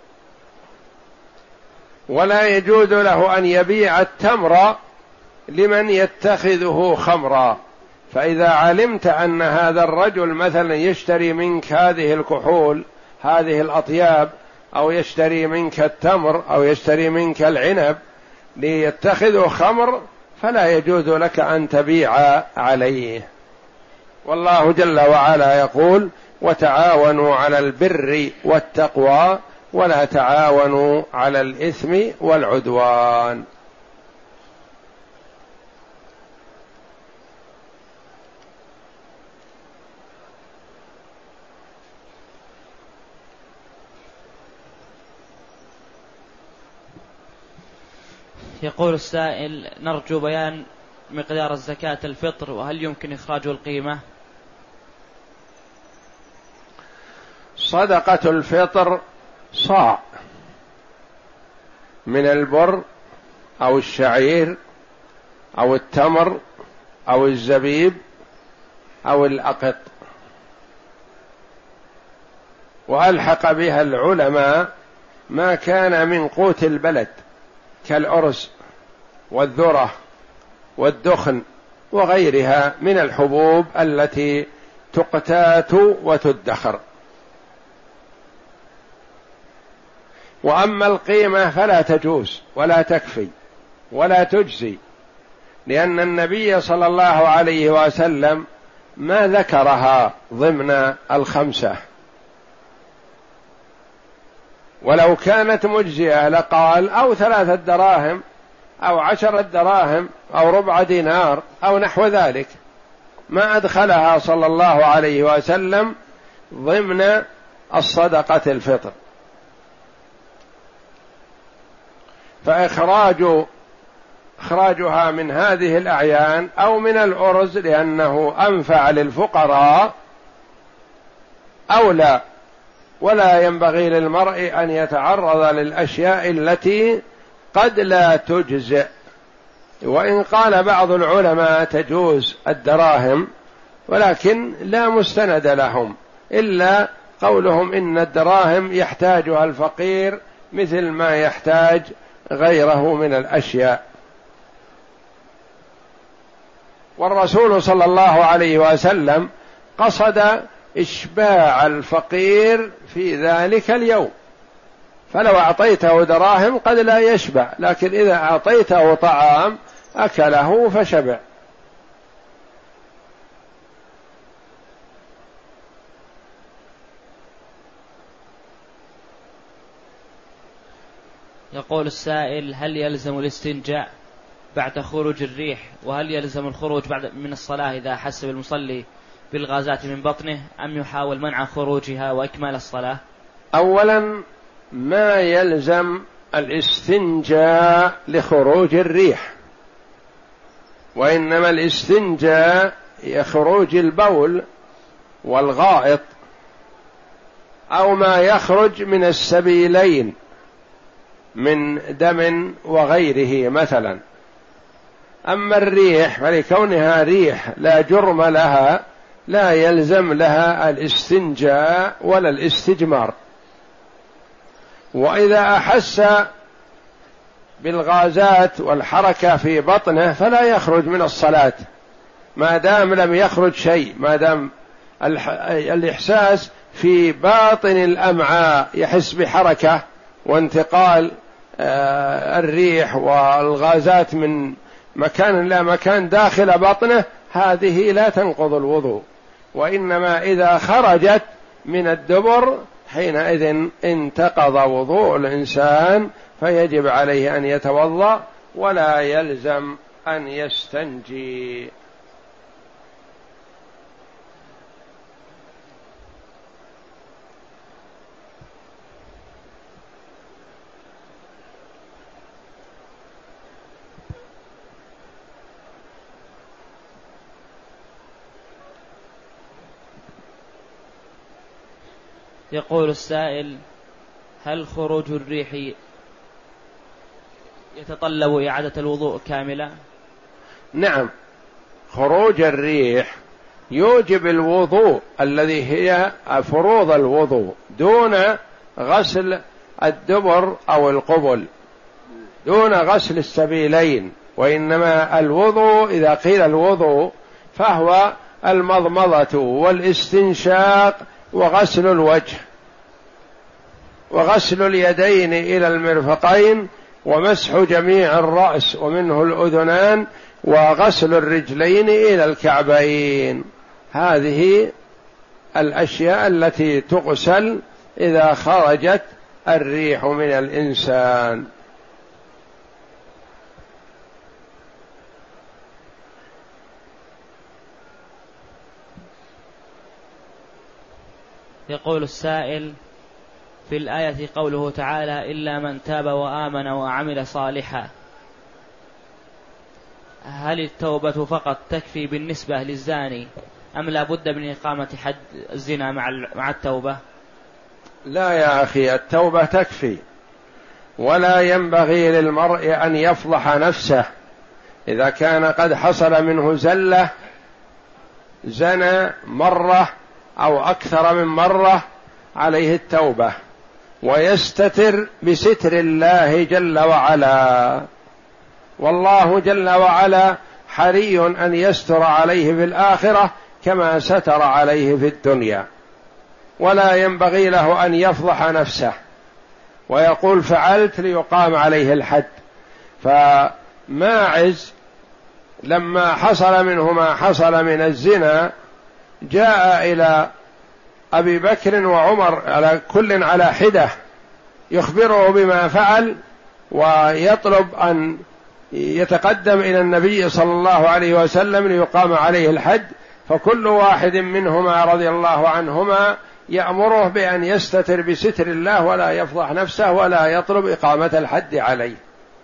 ولا يجوز له أن يبيع التمر لمن يتخذه خمرا. فإذا علمت أن هذا الرجل مثلا يشتري منك هذه الكحول، هذه الأطياب، أو يشتري منك التمر، أو يشتري منك العنب ليتخذه خمر، فلا يجوز لك أن تبيع عليه. والله جل وعلا يقول: وتعاونوا على البر والتقوى ولا تعاونوا على الإثم والعدوان. يقول السائل: نرجو بيان مقدار الزكاة الفطر، وهل يمكن إخراج القيمة؟ صدقة الفطر صاع من البر أو الشعير أو التمر أو الزبيب أو الأقط، وألحق بها العلماء ما كان من قوت البلد كالأرز والذرة والدخن وغيرها من الحبوب التي تقتات وتدخر. وأما القيمة فلا تجوز ولا تكفي ولا تجزي، لأن النبي صلى الله عليه وسلم ما ذكرها ضمن الخمسة، ولو كانت مجزئة لقال أو 3 دراهم أو 10 دراهم أو ربع دينار أو نحو ذلك، ما أدخلها صلى الله عليه وسلم ضمن الصدقة الفطر. فإخراجها من هذه الأعيان أو من الأرز لأنه أنفع للفقراء أولى، ولا ينبغي للمرء أن يتعرض للأشياء التي قد لا تجزئ. وإن قال بعض العلماء تجوز الدراهم، ولكن لا مستند لهم إلا قولهم إن الدراهم يحتاجها الفقير مثل ما يحتاج غيره من الأشياء. والرسول صلى الله عليه وسلم قصد إشباع الفقير في ذلك اليوم، فلو أعطيته دراهم قد لا يشبع، لكن إذا أعطيته طعام أكله فشبع. يقول السائل: هل يلزم الاستنجاء بعد خروج الريح؟ وهل يلزم الخروج من الصلاة إذا حس المصلي بالغازات من بطنه، أم يحاول منع خروجها وإكمال الصلاة؟ أولا ما يلزم الاستنجاء لخروج الريح، وإنما الاستنجاء يخرج البول والغائط أو ما يخرج من السبيلين من دم وغيره مثلا. أما الريح فلكونها ريح لا جرم لها لا يلزم لها الاستنجاء ولا الاستجمار. وإذا أحس بالغازات والحركة في بطنه فلا يخرج من الصلاة ما دام لم يخرج شيء، ما دام الإحساس في باطن الأمعاء يحس بحركة وانتقال الريح والغازات من مكان إلى مكان داخل بطنه، هذه لا تنقض الوضوء. وإنما إذا خرجت من الدبر حينئذ انتقض وضوء الإنسان، فيجب عليه أن يتوضأ ولا يلزم أن يستنجي. يقول السائل: هل خروج الريح يتطلب إعادة الوضوء كاملة؟ نعم، خروج الريح يوجب الوضوء الذي هي فروض الوضوء دون غسل الدبر أو القبل، دون غسل السبيلين. وإنما الوضوء إذا قيل الوضوء فهو المضمضة والاستنشاق وغسل الوجه وغسل اليدين إلى المرفقين ومسح جميع الرأس ومنه الأذنان وغسل الرجلين إلى الكعبين. هذه الأشياء التي تغسل إذا خرجت الريح من الإنسان. يقول السائل: في الآية قوله تعالى: إلا من تاب وآمن وعمل صالحا، هل التوبة فقط تكفي بالنسبة للزاني أم لا بد من إقامة حد الزنا مع التوبة؟ لا يا أخي، التوبة تكفي، ولا ينبغي للمرء أن يفضح نفسه. إذا كان قد حصل منه زلة زنى مرة أو أكثر من مرة عليه التوبة ويستتر بستر الله جل وعلا، والله جل وعلا حري أن يستر عليه في الآخرة كما ستر عليه في الدنيا. ولا ينبغي له أن يفضح نفسه ويقول فعلت ليقام عليه الحد. فماعز لما حصل منه ما حصل من الزنا جاء إلى أبي بكر وعمر على كل على حدة يخبره بما فعل ويطلب أن يتقدم إلى النبي صلى الله عليه وسلم ليقام عليه الحد، فكل واحد منهما رضي الله عنهما يأمره بأن يستتر بستر الله ولا يفضح نفسه ولا يطلب إقامة الحد عليه.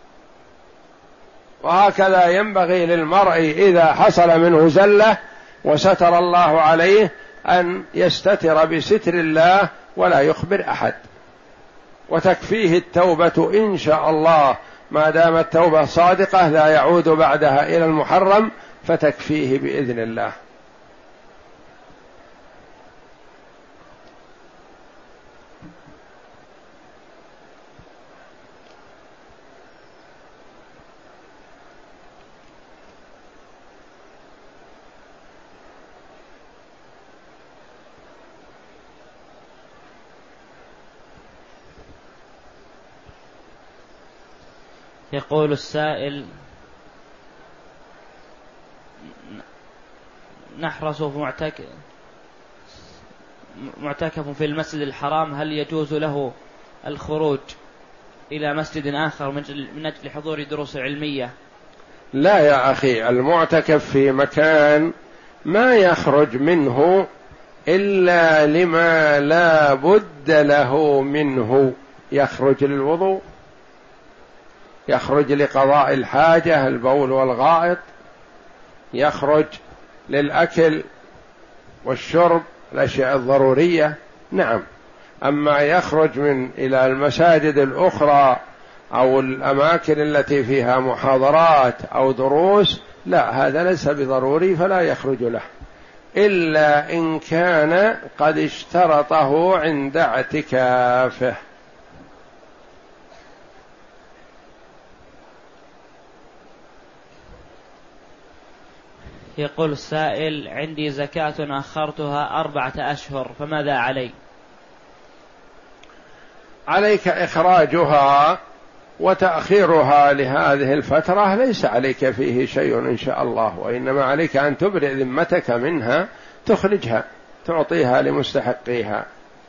وهكذا ينبغي للمرء إذا حصل منه زلة وستر الله عليه أن يستتر بستر الله ولا يخبر أحد، وتكفيه التوبة إن شاء الله، ما دام التوبة صادقة لا يعود بعدها إلى المحرم، فتكفيه بإذن الله. يقول السائل: نحرس معتكف في المسجد الحرام، هل يجوز له الخروج إلى مسجد آخر من أجل حضور دروس علمية؟ لا يا أخي، المعتكف في مكان ما يخرج منه إلا لما لا بد له منه، يخرج للوضوء، يخرج لقضاء الحاجة البول والغائط، يخرج للأكل والشرب الأشياء الضرورية، نعم. أما يخرج إلى المساجد الأخرى أو الأماكن التي فيها محاضرات أو دروس، لا، هذا ليس بضروري فلا يخرج له، إلا إن كان قد اشترطه عند اعتكافه. يقول السائل: عندي زكاة أخرتها 4 أشهر، فماذا علي؟ عليك إخراجها، وتأخيرها لهذه الفترة ليس عليك فيه شيء إن شاء الله، وإنما عليك أن تبرئ ذمتك منها، تخرجها تعطيها لمستحقيها.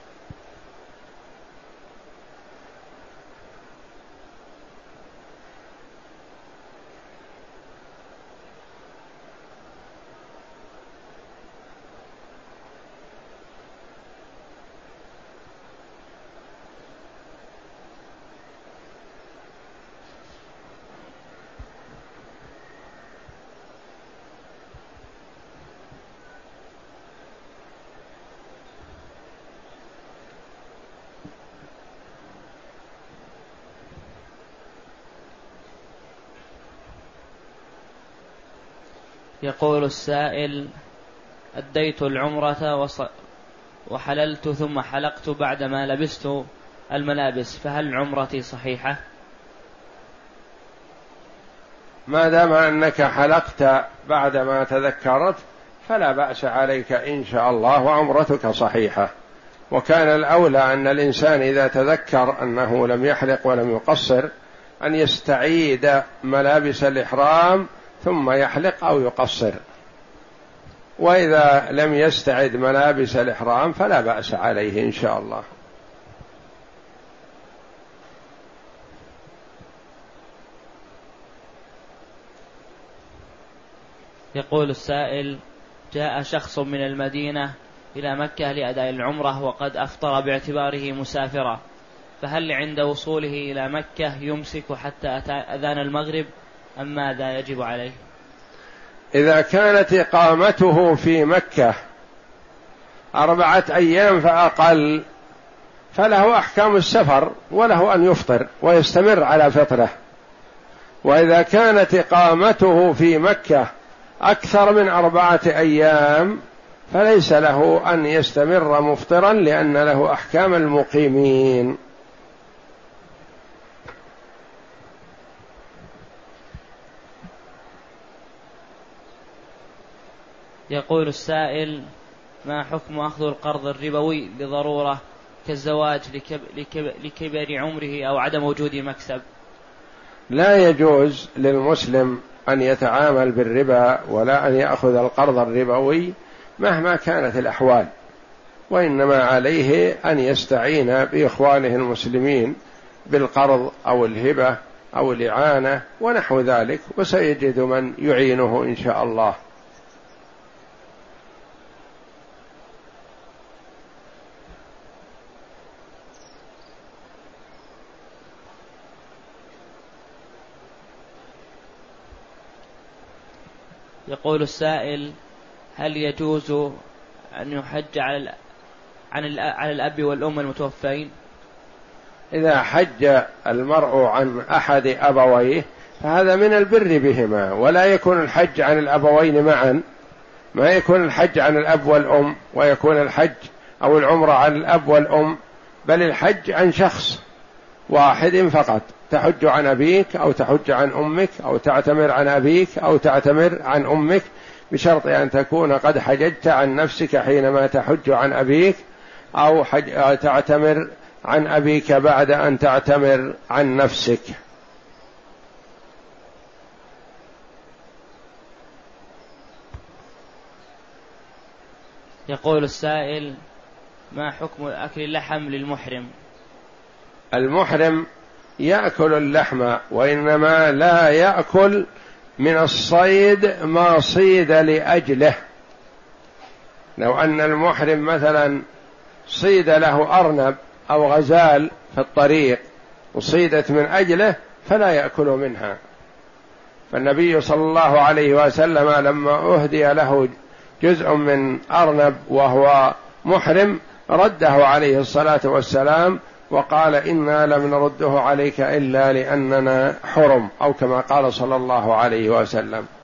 يقول السائل: أديت العمرة وحللت ثم حلقت بعدما لبست الملابس، فهل عمرتي صحيحة؟ ما دام أنك حلقت بعدما تذكرت فلا بأس عليك إن شاء الله، وعمرتك صحيحة. وكان الأولى أن الإنسان إذا تذكر أنه لم يحلق ولم يقصر أن يستعيد ملابس الإحرام ثم يحلق أو يقصر، وإذا لم يستعد ملابس الإحرام فلا بأس عليه إن شاء الله. يقول السائل: جاء شخص من المدينة إلى مكة لأداء العمرة وقد أفطر باعتباره مسافرا، فهل عند وصوله إلى مكة يمسك حتى أذان المغرب أم ماذا يجب عليه؟ إذا كانت إقامته في مكة 4 أيام فأقل فله أحكام السفر، وله أن يفطر ويستمر على فطره. وإذا كانت إقامته في مكة أكثر من 4 أيام فليس له أن يستمر مفطرا، لأن له أحكام المقيمين. يقول السائل: ما حكم أخذ القرض الربوي لضرورة كالزواج لكبر عمره أو عدم وجود مكسب؟ لا يجوز للمسلم أن يتعامل بالربا ولا أن يأخذ القرض الربوي مهما كانت الأحوال، وإنما عليه أن يستعين بإخوانه المسلمين بالقرض أو الهبة أو الإعانة ونحو ذلك، وسيجد من يعينه إن شاء الله. يقول السائل: هل يجوز أن يحج على الأب والأم المتوفين؟ إذا حج المرء عن أحد أبويه فهذا من البر بهما، ولا يكون الحج عن الأبوين معا، ما يكون الحج عن الأب والأم ويكون الحج أو العمرة عن الأب والأم، بل الحج عن شخص واحد فقط. تحج عن أبيك أو تحج عن أمك أو تعتمر عن أبيك أو تعتمر عن أمك، بشرط أن تكون قد حججت عن نفسك حينما تحج عن أبيك، أو تعتمر عن أبيك بعد أن تعتمر عن نفسك. يقول السائل: ما حكم أكل اللحم للمحرم؟ المحرم يأكل اللحم، وإنما لا يأكل من الصيد ما صيد لأجله. لو أن المحرم مثلا صيد له أرنب أو غزال في الطريق وصيدت من أجله فلا يأكل منها. فالنبي صلى الله عليه وسلم لما أهدي له جزء من أرنب وهو محرم رده عليه الصلاة والسلام وقال: إنا لم نرده عليك إلا لأننا حرم، أو كما قال صلى الله عليه وسلم.